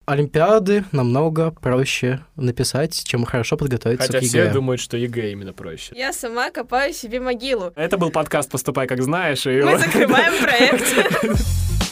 Олимпиады намного проще написать, чем хорошо подготовиться Хотя к ЕГЭ. все думают, что ЕГЭ именно проще. Я сама копаю себе могилу. Это был подкаст «Поступай, как знаешь». И Мы закрываем проект.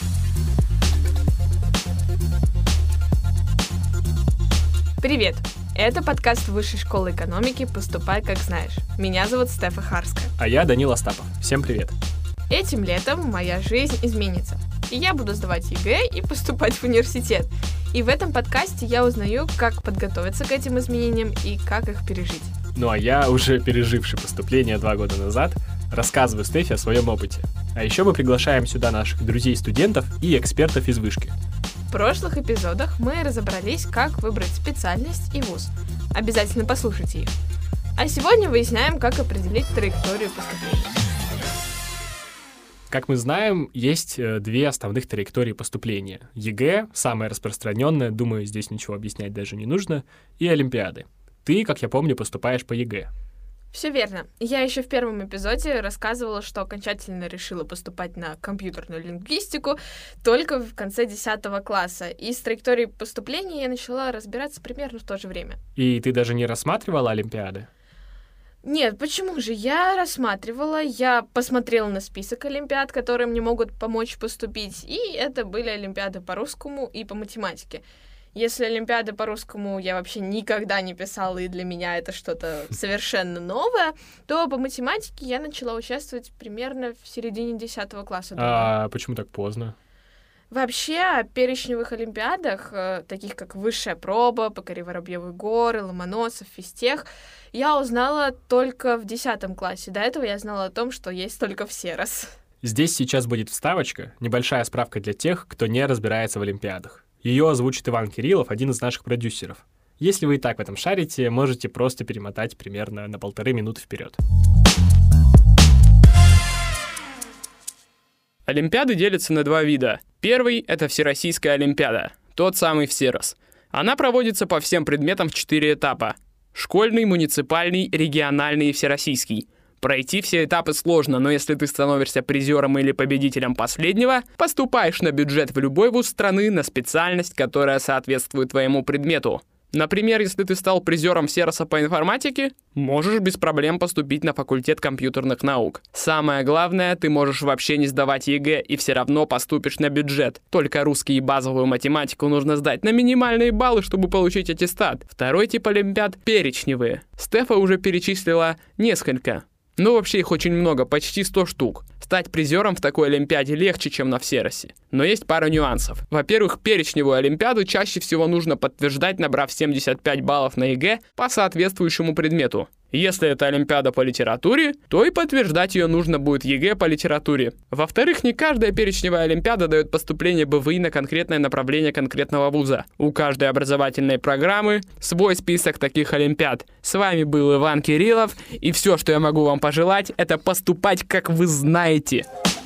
Привет! Это подкаст Высшей школы экономики «Поступай, как знаешь». Меня зовут Стефа Харская. А я Данил Остапов. Всем привет. Этим летом моя жизнь изменится. И я буду сдавать ЕГЭ и поступать в университет. И в этом подкасте я узнаю, как подготовиться к этим изменениям и как их пережить. Ну а я, уже переживший поступление 2 года назад, рассказываю Стефе о своем опыте. А еще мы приглашаем сюда наших друзей-студентов и экспертов из вышки. В прошлых эпизодах мы разобрались, как выбрать специальность и вуз. Обязательно послушайте их. А сегодня выясняем, как определить траекторию поступления. Как мы знаем, есть 2 основных траектории поступления. ЕГЭ, самая распространенная, думаю, здесь ничего объяснять даже не нужно, и Олимпиады. Ты, как я помню, поступаешь по ЕГЭ. Все верно. Я еще в первом эпизоде рассказывала, что окончательно решила поступать на компьютерную лингвистику только в конце 10 класса. И с траекторией поступления я начала разбираться примерно в то же время. И ты даже не рассматривала Олимпиады? Нет, почему же? Я рассматривала, я посмотрела на список олимпиад, которые мне могут помочь поступить, и это были олимпиады по русскому и по математике. Если олимпиады по русскому я вообще никогда не писала, и для меня это что-то совершенно новое, то по математике я начала участвовать примерно в середине 10 класса. А почему так поздно? Вообще о перечневых олимпиадах, таких как Высшая проба, Покори Воробьевы горы, Ломоносов, Физтех, я узнала только в 10 классе. До этого я знала о том, что есть только в СЕРОС. Здесь сейчас будет вставочка, небольшая справка для тех, кто не разбирается в олимпиадах. Ее озвучит Иван Кириллов, один из наших продюсеров. Если вы и так в этом шарите, можете просто перемотать примерно на 1,5 минуты вперед. Олимпиады делятся на 2 вида. Первый — это Всероссийская олимпиада, тот самый ВСЕРОС. Она проводится по всем предметам в 4 этапа. Школьный, муниципальный, региональный и всероссийский. Пройти все этапы сложно, но если ты становишься призером или победителем последнего, поступаешь на бюджет в любой вуз страны на специальность, которая соответствует твоему предмету. Например, если ты стал призером СЕРОСа по информатике, можешь без проблем поступить на факультет компьютерных наук. Самое главное, ты можешь вообще не сдавать ЕГЭ и все равно поступишь на бюджет. Только русский и базовую математику нужно сдать на минимальные баллы, чтобы получить аттестат. Второй тип олимпиад — перечневые. Стефа уже перечислила несколько. Ну, вообще их очень много, почти 100 штук. Стать призером в такой олимпиаде легче, чем на ВСЕРОСе. Но есть пара нюансов. Во-первых, перечневую олимпиаду чаще всего нужно подтверждать, набрав 75 баллов на ЕГЭ по соответствующему предмету. Если это олимпиада по литературе, то и подтверждать ее нужно будет ЕГЭ по литературе. Во-вторых, не каждая перечневая олимпиада дает поступление БВИ на конкретное направление конкретного вуза. У каждой образовательной программы свой список таких олимпиад. С вами был Иван Кириллов, и все, что я могу вам пожелать, это поступать, как вы знаете.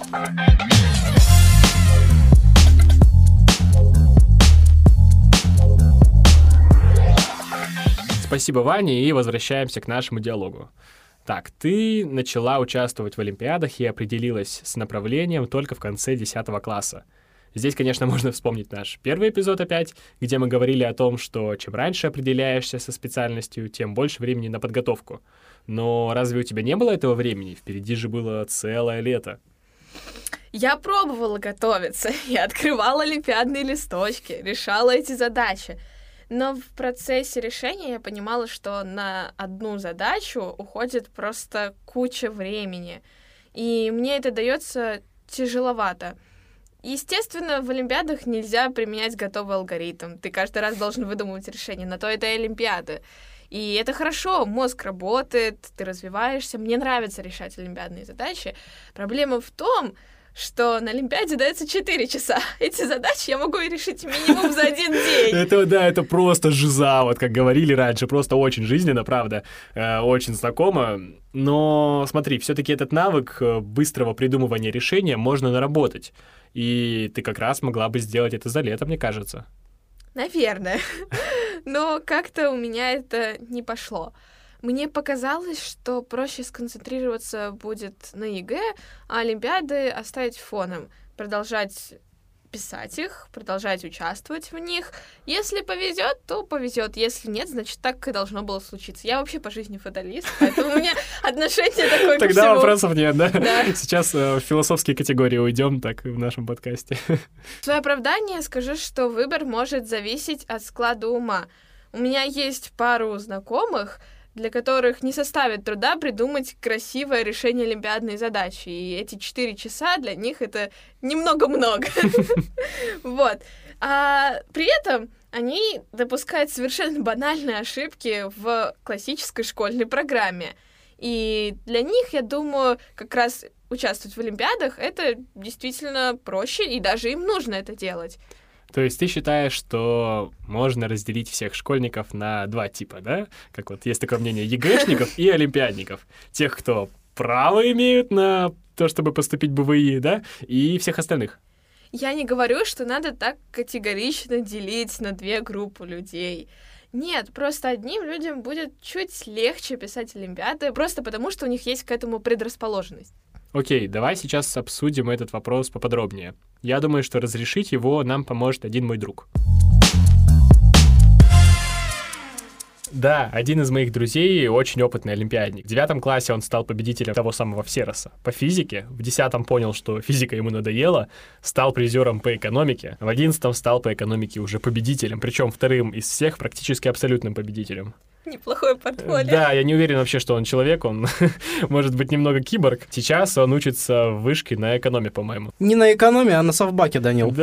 Спасибо, Ваня, и возвращаемся к нашему диалогу. Так, ты начала участвовать в олимпиадах и определилась с направлением только в конце 10 класса. Здесь, конечно, можно вспомнить наш первый эпизод опять, где мы говорили о том, что чем раньше определяешься со специальностью, тем больше времени на подготовку. Но разве у тебя не было этого времени? Впереди же было целое лето. Я пробовала готовиться, я открывала олимпиадные листочки, решала эти задачи. Но в процессе решения я понимала, что на одну задачу уходит просто куча времени. И мне это дается тяжеловато. Естественно, в олимпиадах нельзя применять готовый алгоритм. Ты каждый раз должен выдумывать решение. На то это и олимпиада. И это хорошо, мозг работает, ты развиваешься. Мне нравится решать олимпиадные задачи. Проблема в том, что на олимпиаде дается 4 часа. Эти задачи я могу решить минимум за 1 день. Это просто жиза, вот как говорили раньше, просто очень жизненно, правда, очень знакомо. Но смотри, все-таки этот навык быстрого придумывания решения можно наработать. И ты как раз могла бы сделать это за лето, мне кажется. Наверное. Но как-то у меня это не пошло. Мне показалось, что проще сконцентрироваться будет на ЕГЭ, а олимпиады оставить фоном, продолжать писать их, продолжать участвовать в них. Если повезет, то повезет. Если нет, значит, так и должно было случиться. Я вообще по жизни фаталист, поэтому у меня отношение такое ко всему. Тогда вопросов нет, да? Да. Сейчас в философские категории уйдем, так в нашем подкасте. В свое оправдание скажу, что выбор может зависеть от склада ума. У меня есть пару знакомых, для которых не составит труда придумать красивое решение олимпиадной задачи. И эти 4 часа для них это немного-много. Вот. А при этом они допускают совершенно банальные ошибки в классической школьной программе. И для них, я думаю, как раз участвовать в олимпиадах это действительно проще, и даже им нужно это делать. То есть ты считаешь, что можно разделить всех школьников на 2 типа, да? Как вот есть такое мнение ЕГЭшников и олимпиадников. Тех, кто право имеют на то, чтобы поступить в БВИ, да? И всех остальных. Я не говорю, что надо так категорично делить на 2 группы людей. Нет, просто одним людям будет чуть легче писать олимпиады, просто потому что у них есть к этому предрасположенность. Окей, давай сейчас обсудим этот вопрос поподробнее. Я думаю, что разрешить его нам поможет один мой друг. Да, один из моих друзей очень опытный олимпиадник. В 9 классе он стал победителем того самого Всероса по физике. В 10 понял, что физика ему надоела, стал призером по экономике. В 11 стал по экономике уже победителем, причем вторым из всех, практически абсолютным победителем. Неплохое портфолио. Да, я не уверен вообще, что он человек, он может быть немного киборг. Сейчас он учится в вышке на экономе, по-моему. Не на экономии, а на совбаке, Данил.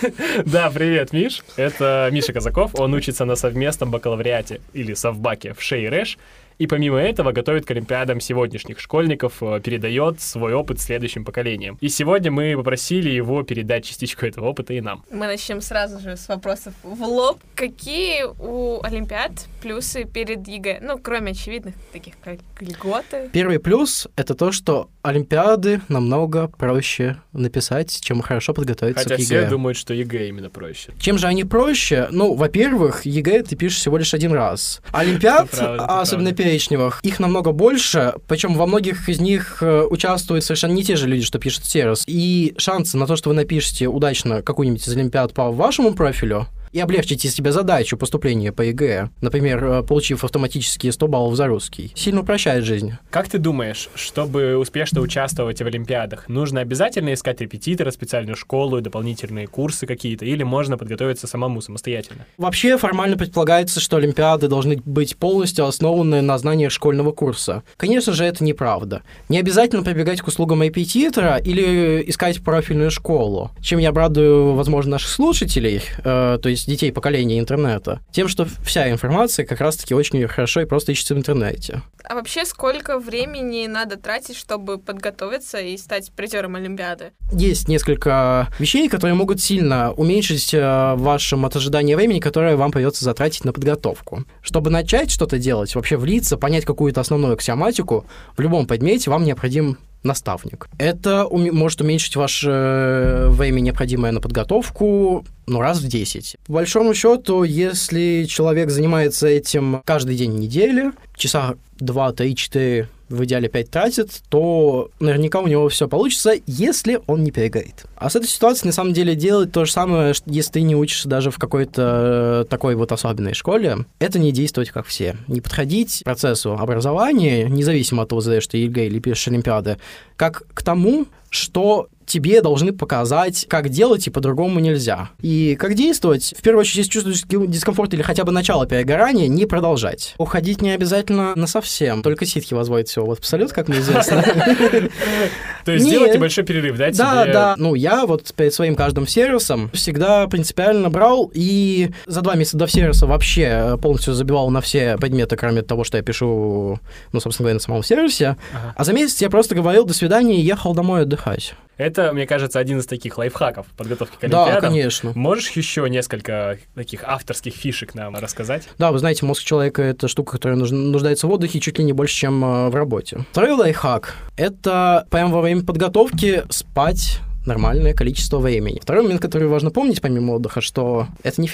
Да, привет, Миш. Это Миша Казаков, он учится на совместном бакалавриате или совбаке в ШИ-РЭШ. И помимо этого готовит к олимпиадам сегодняшних школьников, передает свой опыт следующим поколениям. И сегодня мы попросили его передать частичку этого опыта и нам. Мы начнем сразу же с вопросов в лоб. Какие у олимпиад плюсы перед ЕГЭ? Ну, кроме очевидных таких, как льготы. Первый плюс — это то, что олимпиады намного проще написать, чем хорошо подготовиться Хотя к ЕГЭ. все думают, что ЕГЭ именно проще. Чем же они проще? Ну, во-первых, ЕГЭ ты пишешь всего лишь 1 раз. Олимпиад, особенно перечневых, их намного больше, причем во многих из них участвуют совершенно не те же люди, что пишут Всерос. И шансы на то, что вы напишете удачно какую-нибудь из олимпиад по вашему профилю и облегчите себе задачу поступления по ЕГЭ, например, получив автоматически 100 баллов за русский, сильно упрощает жизнь. Как ты думаешь, чтобы успешно участвовать в олимпиадах, нужно обязательно искать репетитора, специальную школу, дополнительные курсы какие-то, или можно подготовиться самому, самостоятельно? Вообще формально предполагается, что олимпиады должны быть полностью основаны на знаниях школьного курса. Конечно же, это неправда. Не обязательно прибегать к услугам репетитора или искать профильную школу. Чем я обрадую, возможно, наших слушателей, то есть детей поколения интернета, тем, что вся информация как раз-таки очень хорошо и просто ищется в интернете. А вообще, сколько времени надо тратить, чтобы подготовиться и стать призером Олимпиады? Есть несколько вещей, которые могут сильно уменьшить вашем от ожидания времени, которое вам придется затратить на подготовку. Чтобы начать что-то делать, вообще влиться, понять какую-то основную аксиоматику, в любом предмете вам необходим наставник. Это может уменьшить ваше время, необходимое на подготовку, раз в 10. По большому счету, если человек занимается этим каждый день недели, часа 2, 3, 4, в идеале 5 тратит, то наверняка у него все получится, если он не перегорит. А с этой ситуацией, на самом деле, делать то же самое, если ты не учишься даже в какой-то такой вот особенной школе, это не действовать как все. Не подходить к процессу образования, независимо от того, задаешь ты ЕГЭ или пишешь олимпиады, как к тому, что тебе должны показать, как делать, и по-другому нельзя. И как действовать? В первую очередь, если чувствуешь дискомфорт или хотя бы начало перегорания, не продолжать. Уходить не обязательно насовсем. Только ситхи возводят все в абсолют, как мне известно. То есть сделать небольшой перерыв, да? Да. Я вот перед своим каждым сервисом всегда принципиально брал и за 2 месяца до сервиса вообще полностью забивал на все предметы, кроме того, что я пишу, собственно говоря, на самом сервисе. А за месяц я просто говорил «до свидания» и ехал домой отдыхать. Это, мне кажется, один из таких лайфхаков подготовки к олимпиадам. Да, конечно. Можешь еще несколько таких авторских фишек нам рассказать? Да, вы знаете, мозг человека — это штука, которая нуждается в отдыхе чуть ли не больше, чем в работе. Второй лайфхак — это прямо во время подготовки спать нормальное количество времени. Второй момент, который важно помнить, помимо отдыха, что это не финал.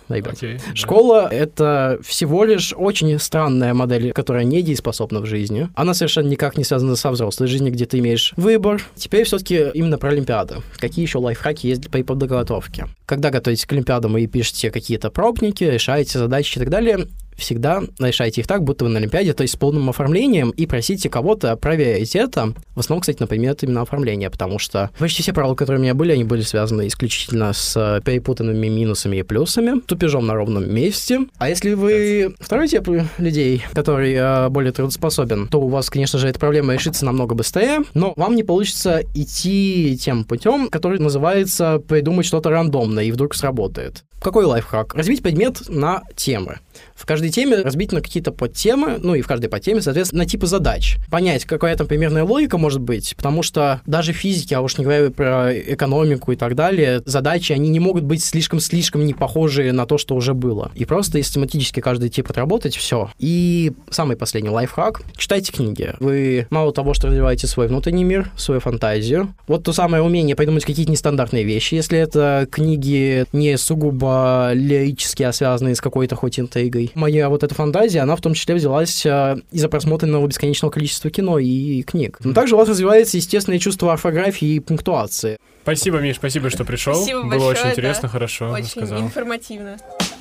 ребят. Окей, да. Школа — это всего лишь очень странная модель, которая недееспособна в жизни. Она совершенно никак не связана со взрослой жизнью, где ты имеешь выбор. Теперь все-таки именно про Олимпиады. Какие еще лайфхаки есть при подготовке? Когда готовитесь к Олимпиадам и пишете какие-то пробники, решаете задачи и так далее, всегда решайте их так, будто вы на Олимпиаде, то есть с полным оформлением, и просите кого-то проверить это. В основном, кстати, на предмет именно оформления, потому что почти все правила, которые у меня были, они были связаны исключительно с перепутанными минусами и плюсами, тупежом на ровном месте. А если вы второй тип людей, который более трудоспособен, то у вас, конечно же, эта проблема решится намного быстрее, но вам не получится идти тем путем, который называется придумать что-то рандомное, и вдруг сработает. Какой лайфхак? Разбить предмет на темы. В каждой теме разбить на какие-то подтемы, ну и в каждой подтеме, соответственно, на типы задач. Понять, какая там примерная логика может быть, потому что даже в физике, а уж не говоря про экономику и так далее, задачи, они не могут быть слишком не похожи на то, что уже было. И просто систематически каждый тип отработать, все. И самый последний лайфхак. Читайте книги. Вы мало того, что развиваете свой внутренний мир, свою фантазию. Вот то самое умение придумать какие-то нестандартные вещи, если это книги не сугубо лирически, а связанные с какой-то хоть интригой. Моя вот эта фантазия, она в том числе взялась из-за просмотренного бесконечного количества кино и книг. Но также у вас развивается естественное чувство орфографии и пунктуации. Спасибо, Миш, спасибо, что пришел. Спасибо Было большое, очень интересно, да. хорошо Очень рассказал. информативно.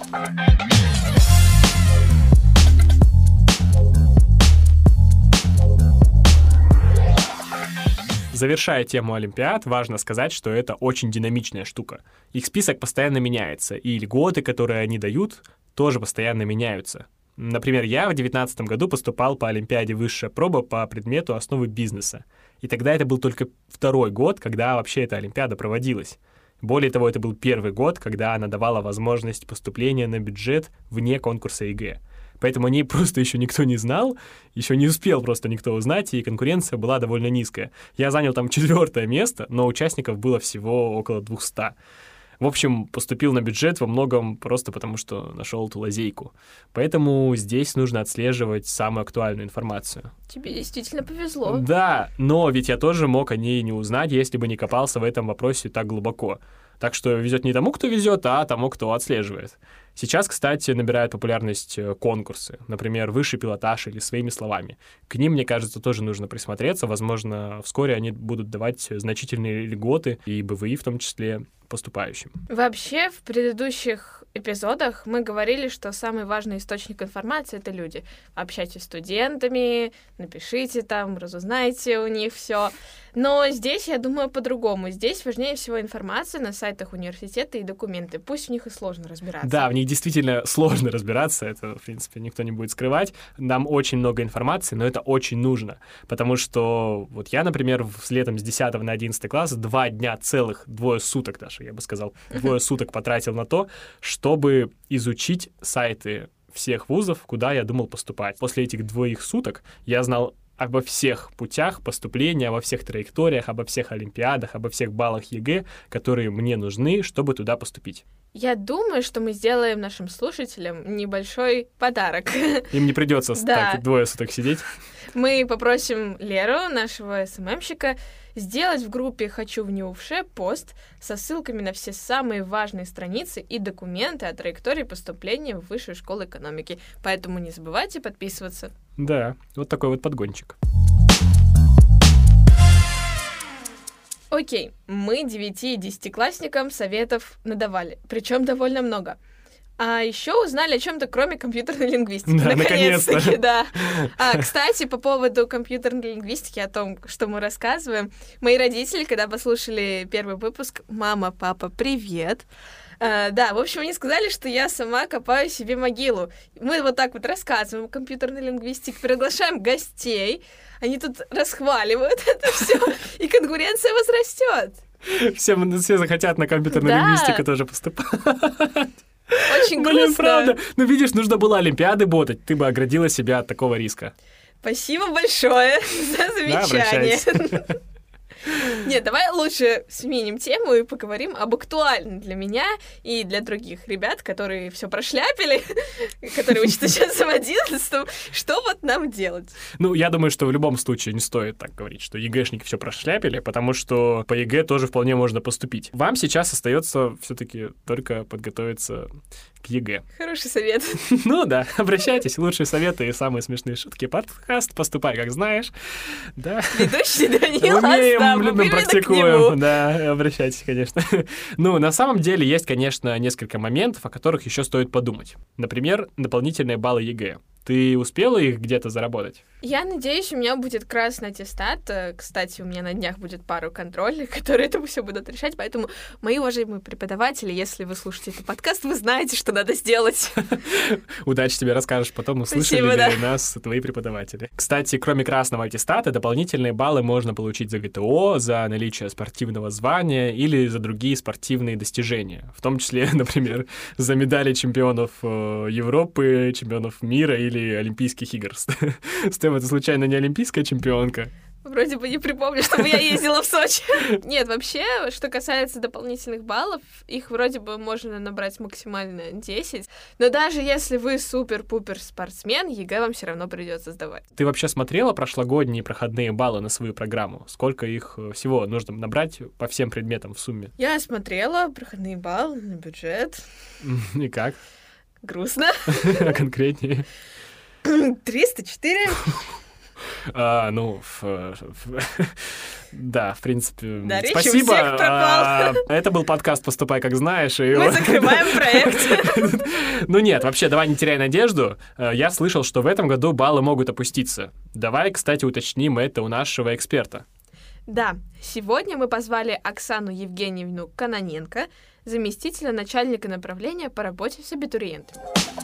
Завершая тему Олимпиад, важно сказать, что это очень динамичная штука. Их список постоянно меняется, и льготы, которые они дают, тоже постоянно меняются. Например, я в 2019 году поступал по Олимпиаде «Высшая проба» по предмету «Основы бизнеса». И тогда это был только второй год, когда вообще эта Олимпиада проводилась. Более того, это был первый год, когда она давала возможность поступления на бюджет вне конкурса ЕГЭ. Поэтому о ней просто еще никто не знал, еще не успел просто никто узнать, и конкуренция была довольно низкая. Я занял там 4-е место, но участников было всего около 200. В общем, поступил на бюджет во многом просто потому, что нашел эту лазейку. Поэтому здесь нужно отслеживать самую актуальную информацию. Тебе действительно повезло. Да, но ведь я тоже мог о ней не узнать, если бы не копался в этом вопросе так глубоко. Так что везет не тому, кто везет, а тому, кто отслеживает. Сейчас, кстати, набирают популярность конкурсы, например, «Высший пилотаж» или «Своими словами». К ним, мне кажется, тоже нужно присмотреться. Возможно, вскоре они будут давать значительные льготы, и БВИ в том числе, поступающим. Вообще, в предыдущих эпизодах мы говорили, что самый важный источник информации — это люди. Общайтесь с студентами, напишите там, разузнайте у них все. Но здесь, я думаю, по-другому. Здесь важнее всего информация на сайтах университета и документы. Пусть в них и сложно разбираться. Да, в них действительно сложно разбираться, это, в принципе, никто не будет скрывать. Нам очень много информации, но это очень нужно, потому что вот я, например, летом с 10 на 11 класс 2 дня целых, 2 суток даже, я бы сказал, 2 суток потратил на то, чтобы изучить сайты всех вузов, куда я думал поступать. После этих 2 суток я знал обо всех путях поступления, обо всех траекториях, обо всех олимпиадах, обо всех баллах ЕГЭ, которые мне нужны, чтобы туда поступить. Я думаю, что мы сделаем нашим слушателям небольшой подарок. Им не придется так 2 суток сидеть. Мы попросим Леру, нашего СММщика, сделать в группе «Хочу в НИУФШ» пост со ссылками на все самые важные страницы и документы о траектории поступления в Высшую школу экономики. Поэтому не забывайте подписываться. Да, вот такой вот подгончик. Окей, мы 9 и 10-классникам советов надавали, причем довольно много. А еще узнали о чем-то, кроме компьютерной лингвистики. Да, наконец-таки, да. Кстати, по поводу компьютерной лингвистики, о том, что мы рассказываем, мои родители, когда послушали первый выпуск «Мама, папа, привет!», да, в общем, они сказали, что я сама копаю себе могилу. Мы вот так вот рассказываем о компьютерной лингвистике, приглашаем гостей, они тут расхваливают это все, и конкуренция возрастет. Все захотят на компьютерную лингвистику тоже поступать. Очень грустно. Блин, правда. Ну, видишь, нужно было олимпиады ботать, ты бы оградила себя от такого риска. Спасибо большое за замечание. Нет, давай лучше сменим тему и поговорим об актуальном для меня и для других ребят, которые все прошляпили, которые учатся сейчас в 11-м. Что вот нам делать? Ну, я думаю, что в любом случае не стоит так говорить, что ЕГЭшники все прошляпили, потому что по ЕГЭ тоже вполне можно поступить. Вам сейчас остается все-таки только подготовиться к ЕГЭ. Хороший совет. Ну да, обращайтесь, лучшие советы и самые смешные шутки. Подкаст «Поступай, как знаешь». Да. Ведущий Данила Умеем, Остапов, любим, именно к практикуем. нему. Да, обращайтесь, конечно. Ну, на самом деле есть, конечно, несколько моментов, о которых еще стоит подумать. Например, дополнительные баллы ЕГЭ. Ты успела их где-то заработать? Я надеюсь, у меня будет красный аттестат. Кстати, у меня на днях будет пару контрольных, которые это все будут решать. Поэтому, мои уважаемые преподаватели, если вы слушаете этот подкаст, вы знаете, что надо сделать. Удачи тебе, расскажешь потом, услышали Спасибо, ли да. нас твои преподаватели. Кстати, кроме красного аттестата, дополнительные баллы можно получить за ГТО, за наличие спортивного звания или за другие спортивные достижения. В том числе, например, за медали чемпионов Европы, чемпионов мира или Олимпийских игр. Стеф, это случайно не олимпийская чемпионка? Вроде бы не припомню, чтобы я ездила в Сочи. Нет, вообще, что касается дополнительных баллов, их вроде бы можно набрать максимально 10. Но даже если вы супер-пупер спортсмен, ЕГЭ вам все равно придется сдавать. Ты вообще смотрела прошлогодние проходные баллы на свою программу? Сколько их всего нужно набрать по всем предметам в сумме? Я смотрела проходные баллы на бюджет. И как? Грустно. А конкретнее? 304. Да, в принципе, Да, речь у спасибо. всех пропала. Это был подкаст «Поступай, как знаешь». Мы закрываем проект. Ну нет, вообще, давай не теряй надежду. Я слышал, что в этом году баллы могут опуститься. Давай, кстати, уточним это у нашего эксперта. Да, сегодня мы позвали Оксану Евгеньевну Кононенко, заместителя начальника направления по работе с абитуриентами.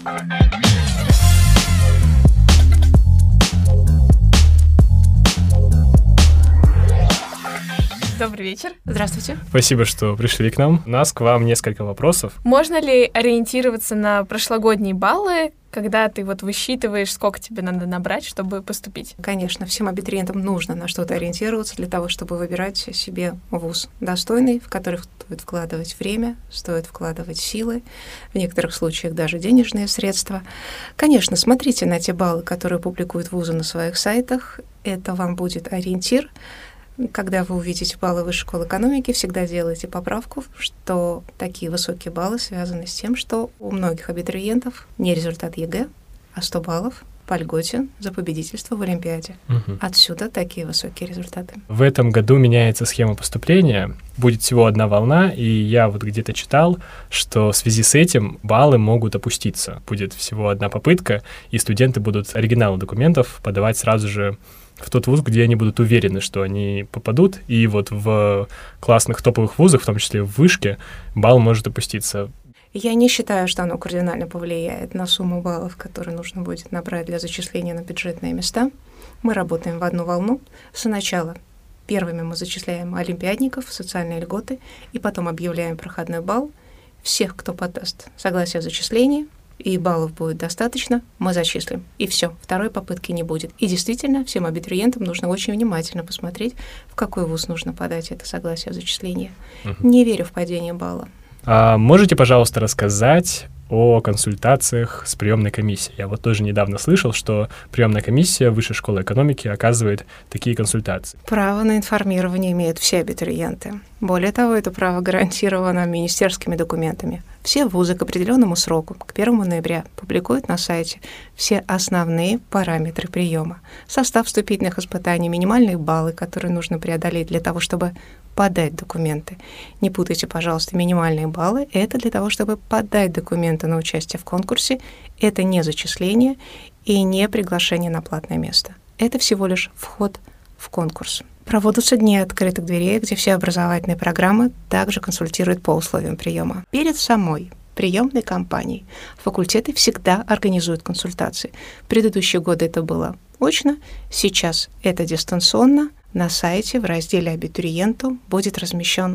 Добрый вечер. Здравствуйте. Спасибо, что пришли к нам. У нас к вам несколько вопросов. Можно ли ориентироваться на прошлогодние баллы, когда ты вот высчитываешь, сколько тебе надо набрать, чтобы поступить? Конечно, всем абитуриентам нужно на что-то ориентироваться для того, чтобы выбирать себе вуз достойный, в который стоит вкладывать время, стоит вкладывать силы, в некоторых случаях даже денежные средства. Конечно, смотрите на те баллы, которые публикуют вузы на своих сайтах. Это вам будет ориентир. Когда вы увидите баллы Высшей школы экономики, всегда делайте поправку, что такие высокие баллы связаны с тем, что у многих абитуриентов не результат ЕГЭ, а 100 баллов по льготе за победительство в Олимпиаде. Отсюда такие высокие результаты. В этом году меняется схема поступления. Будет всего одна волна, и я вот где-то читал, что в связи с этим баллы могут опуститься. Будет всего одна попытка, и студенты будут оригиналы документов подавать сразу же в тот вуз, где они будут уверены, что они попадут, и вот в классных топовых вузах, в том числе в вышке, балл может опуститься. Я не считаю, что оно кардинально повлияет на сумму баллов, которые нужно будет набрать для зачисления на бюджетные места. Мы работаем в одну волну. Сначала первыми мы зачисляем олимпиадников, социальные льготы, и потом объявляем проходной балл. Всех, кто подаст согласие о зачислении, и баллов будет достаточно, мы зачислим. И все, второй попытки не будет. И действительно, всем абитуриентам нужно очень внимательно посмотреть, в какой вуз нужно подать это согласие о зачислении. Не верю в падение балла. А можете, пожалуйста, рассказать о консультациях с приемной комиссией? Я вот тоже недавно слышал, что приемная комиссия Высшей школы экономики оказывает такие консультации. Право на информирование имеют все абитуриенты. Более того, это право гарантировано министерскими документами. Все вузы к определенному сроку, к 1 ноября, публикуют на сайте все основные параметры приема. Состав вступительных испытаний, минимальные баллы, которые нужно преодолеть для того, чтобы подать документы. Не путайте, пожалуйста, минимальные баллы. Это для того, чтобы подать документы на участие в конкурсе. Это не зачисление и не приглашение на платное место. Это всего лишь вход в конкурс. Проводятся дни открытых дверей, где все образовательные программы также консультируют по условиям приема. Перед самой приемной кампанией факультеты всегда организуют консультации. В предыдущие годы это было очно, сейчас это дистанционно. На сайте в разделе «Абитуриенту» будет размещен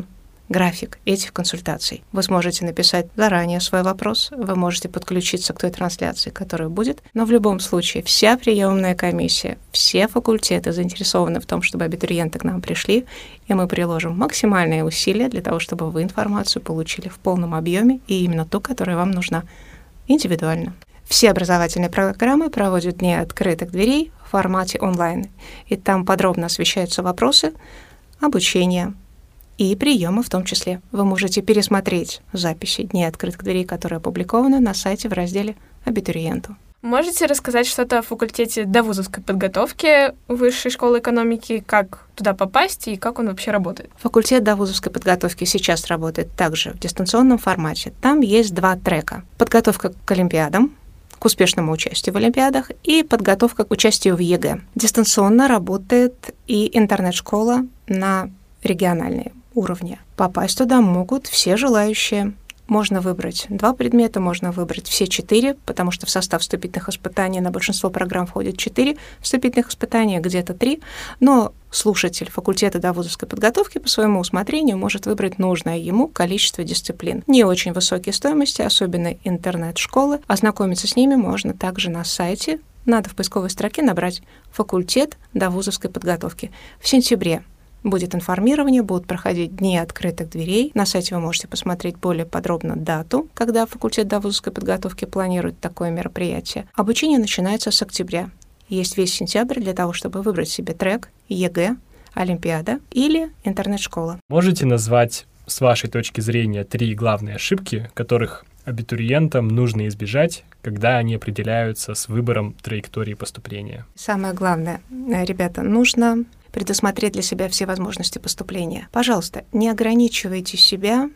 график этих консультаций. Вы сможете написать заранее свой вопрос, вы можете подключиться к той трансляции, которая будет, но в любом случае вся приемная комиссия, все факультеты заинтересованы в том, чтобы абитуриенты к нам пришли, и мы приложим максимальные усилия для того, чтобы вы информацию получили в полном объеме и именно ту, которая вам нужна индивидуально. Все образовательные программы проводят дни открытых дверей в формате онлайн, и там подробно освещаются вопросы обучения и приема в том числе. Вы можете пересмотреть записи дней открытых дверей, которые опубликованы на сайте в разделе «Абитуриенту». Можете рассказать что-то о факультете довузовской подготовки Высшей школы экономики, как туда попасть и как он вообще работает? Факультет довузовской подготовки сейчас работает также в дистанционном формате. Там есть 2 трека. Подготовка к олимпиадам, к успешному участию в олимпиадах и подготовка к участию в ЕГЭ. Дистанционно работает и интернет-школа на региональные уровне. Попасть туда могут все желающие. Можно выбрать 2 предмета, можно выбрать все 4, потому что в состав вступительных испытаний на большинство программ входит 4 вступительных испытания, где-то 3, но слушатель факультета довузовской подготовки по своему усмотрению может выбрать нужное ему количество дисциплин. Не очень высокие стоимости, особенно интернет-школы. Ознакомиться с ними можно также на сайте. Надо в поисковой строке набрать «Факультет довузовской подготовки». В сентябре будет информирование, будут проходить дни открытых дверей. На сайте вы можете посмотреть более подробно дату, когда факультет довузовской подготовки планирует такое мероприятие. Обучение начинается с октября. Есть весь сентябрь для того, чтобы выбрать себе трек ЕГЭ, Олимпиада или интернет-школа. Можете назвать, с вашей точки зрения, 3 главные ошибки, которых абитуриентам нужно избежать, когда они определяются с выбором траектории поступления? Самое главное, ребята, нужно предусмотреть для себя все возможности поступления. Пожалуйста, не ограничивайте себя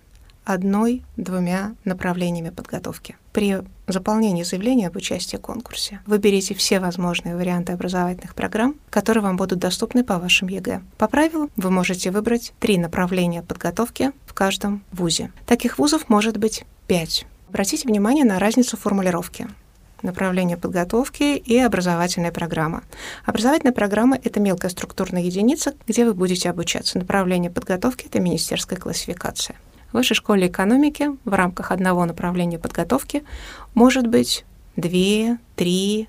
1-2 направлениями подготовки. При заполнении заявления об участии в конкурсе выберите все возможные варианты образовательных программ, которые вам будут доступны по вашим ЕГЭ. По правилу вы можете выбрать 3 направления подготовки в каждом вузе. Таких вузов может быть 5. Обратите внимание на разницу формулировки. Направление подготовки и образовательная программа. Образовательная программа — это мелкая структурная единица, где вы будете обучаться. Направление подготовки — это министерская классификация. В Высшей школе экономики в рамках одного направления подготовки может быть 2, 3,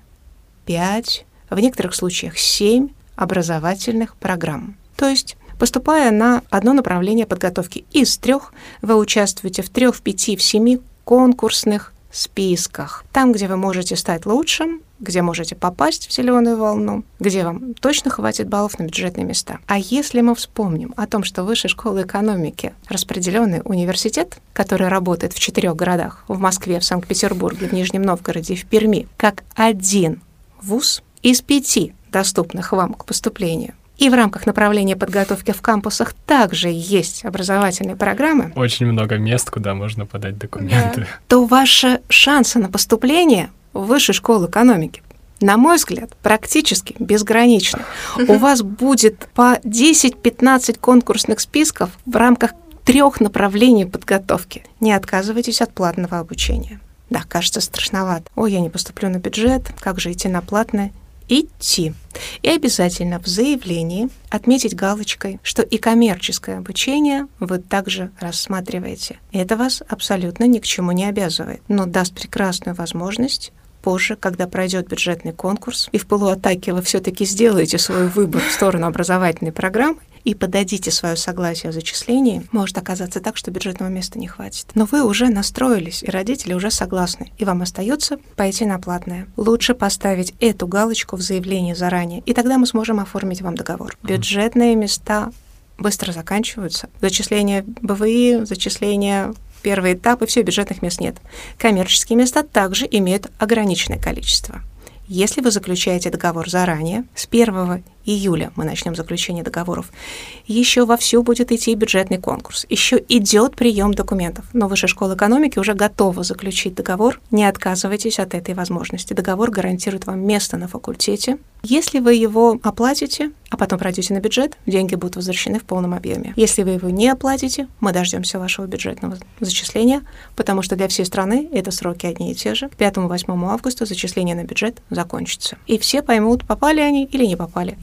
5, в некоторых случаях 7 образовательных программ. То есть, поступая на одно направление подготовки из 3, вы участвуете в 3, в 5, в 7 конкурсных списках. Там, где вы можете стать лучшим, где можете попасть в зеленую волну, где вам точно хватит баллов на бюджетные места. А если мы вспомним о том, что Высшая школа экономики — распределенный университет, который работает в 4 городах, в Москве, в Санкт-Петербурге, в Нижнем Новгороде и в Перми, как один вуз из 5 доступных вам к поступлению, и в рамках направления подготовки в кампусах также есть образовательные программы, Очень много мест, куда можно подать документы. то ваши шансы на поступление в Высшую школу экономики, на мой взгляд, практически безграничны. У вас будет по 10-15 конкурсных списков в рамках 3 направлений подготовки. Не отказывайтесь от платного обучения. Да, кажется страшновато. Ой, я не поступлю на бюджет, как же идти на платное? Идти. И обязательно в заявлении отметить галочкой, что и коммерческое обучение вы также рассматриваете. Это вас абсолютно ни к чему не обязывает, но даст прекрасную возможность позже, когда пройдет бюджетный конкурс, и в пылу атаки вы все-таки сделаете свой выбор в сторону образовательной программы и подадите свое согласие о зачислении, может оказаться так, что бюджетного места не хватит. Но вы уже настроились, и родители уже согласны, и вам остается пойти на платное. Лучше поставить эту галочку в заявлении заранее, и тогда мы сможем оформить вам договор. Бюджетные места быстро заканчиваются. Зачисление БВИ, зачисление первый этап, и все, бюджетных мест нет. Коммерческие места также имеют ограниченное количество. Если вы заключаете договор заранее, с 1 июля мы начнем заключение договоров, еще вовсю будет идти бюджетный конкурс, еще идет прием документов. Но Высшая школа экономики уже готова заключить договор. Не отказывайтесь от этой возможности. Договор гарантирует вам место на факультете. Если вы его оплатите, а потом пройдете на бюджет, деньги будут возвращены в полном объеме. Если вы его не оплатите, мы дождемся вашего бюджетного зачисления, потому что для всей страны это сроки одни и те же. К 5-8 августа зачисление на бюджет закончится. И все поймут, попали они или не попали. И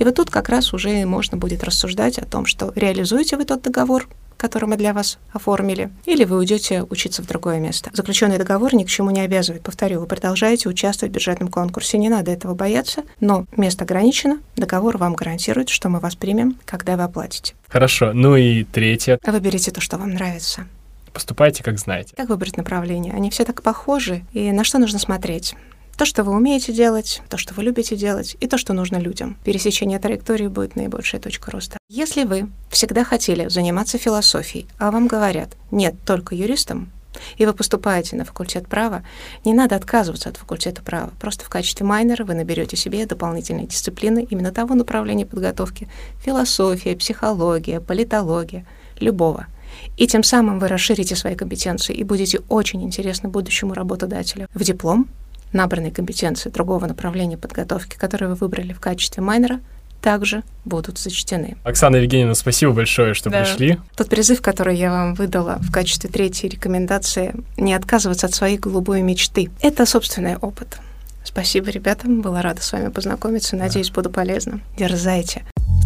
вот тут как раз уже можно будет рассуждать о том, что реализуете вы тот договор, который мы для вас оформили, или вы уйдете учиться в другое место. Заключенный договор ни к чему не обязывает. Повторю, вы продолжаете участвовать в бюджетном конкурсе, не надо этого бояться, но место ограничено, договор вам гарантирует, что мы вас примем, когда вы оплатите. Хорошо. Ну и третье. Выберите то, что вам нравится. Поступайте, как знаете. Как выбрать направление? Они все так похожи, и на что нужно смотреть? То, что вы умеете делать, то, что вы любите делать, и то, что нужно людям. Пересечение траектории будет наибольшая точка роста. Если вы всегда хотели заниматься философией, а вам говорят «нет, только юристом», и вы поступаете на факультет права, не надо отказываться от факультета права. Просто в качестве майнера вы наберете себе дополнительные дисциплины именно того направления подготовки — философия, психология, политология, любого. И тем самым вы расширите свои компетенции и будете очень интересны будущему работодателю. В диплом набранные компетенции другого направления подготовки, которые вы выбрали в качестве майнера, также будут зачтены. Оксана Евгеньевна, спасибо большое, что пришли. Тот призыв, который я вам выдала в качестве третьей рекомендации, не отказываться от своей голубой мечты. Это собственный опыт. Спасибо, ребята. Была рада с вами познакомиться. Надеюсь, буду полезна. Дерзайте.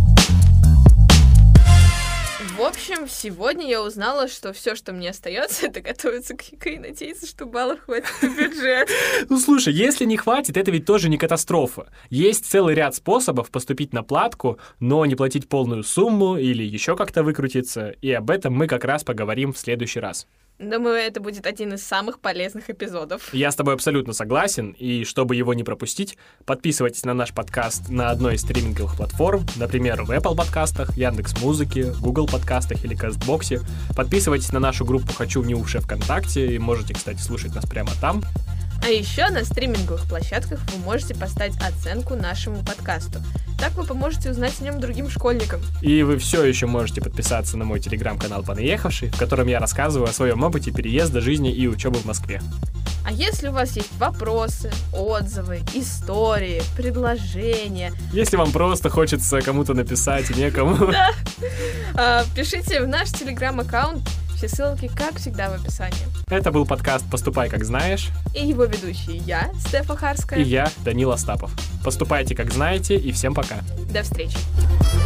В общем, сегодня я узнала, что все, что мне остается, это готовиться к ЕГЭ и надеяться, что баллов хватит на бюджет. Ну, слушай, если не хватит, это ведь тоже не катастрофа. Есть целый ряд способов поступить на платку, но не платить полную сумму или еще как-то выкрутиться, и об этом мы как раз поговорим в следующий раз. Думаю, это будет один из самых полезных эпизодов. Я с тобой абсолютно согласен, и чтобы его не пропустить, подписывайтесь на наш подкаст на одной из стриминговых платформ, например, в Apple подкастах, Яндекс.Музыке, Google подкастах или Кастбоксе. Подписывайтесь на нашу группу «Хочу в НИУ» ВКонтакте, и можете, кстати, слушать нас прямо там. А еще на стриминговых площадках вы можете поставить оценку нашему подкасту. Так вы поможете узнать о нем другим школьникам. И вы все еще можете подписаться на мой телеграм-канал «Понаехавший», в котором я рассказываю о своем опыте переезда, жизни и учебы в Москве. А если у вас есть вопросы, отзывы, истории, предложения... Если вам просто хочется кому-то написать и некому... Пишите в наш телеграм-аккаунт. Все ссылки, как всегда, в описании. Это был подкаст «Поступай, как знаешь». И его ведущие я, Стефа Харская. И я, Данил Остапов. Поступайте, как знаете, и всем пока. До встречи.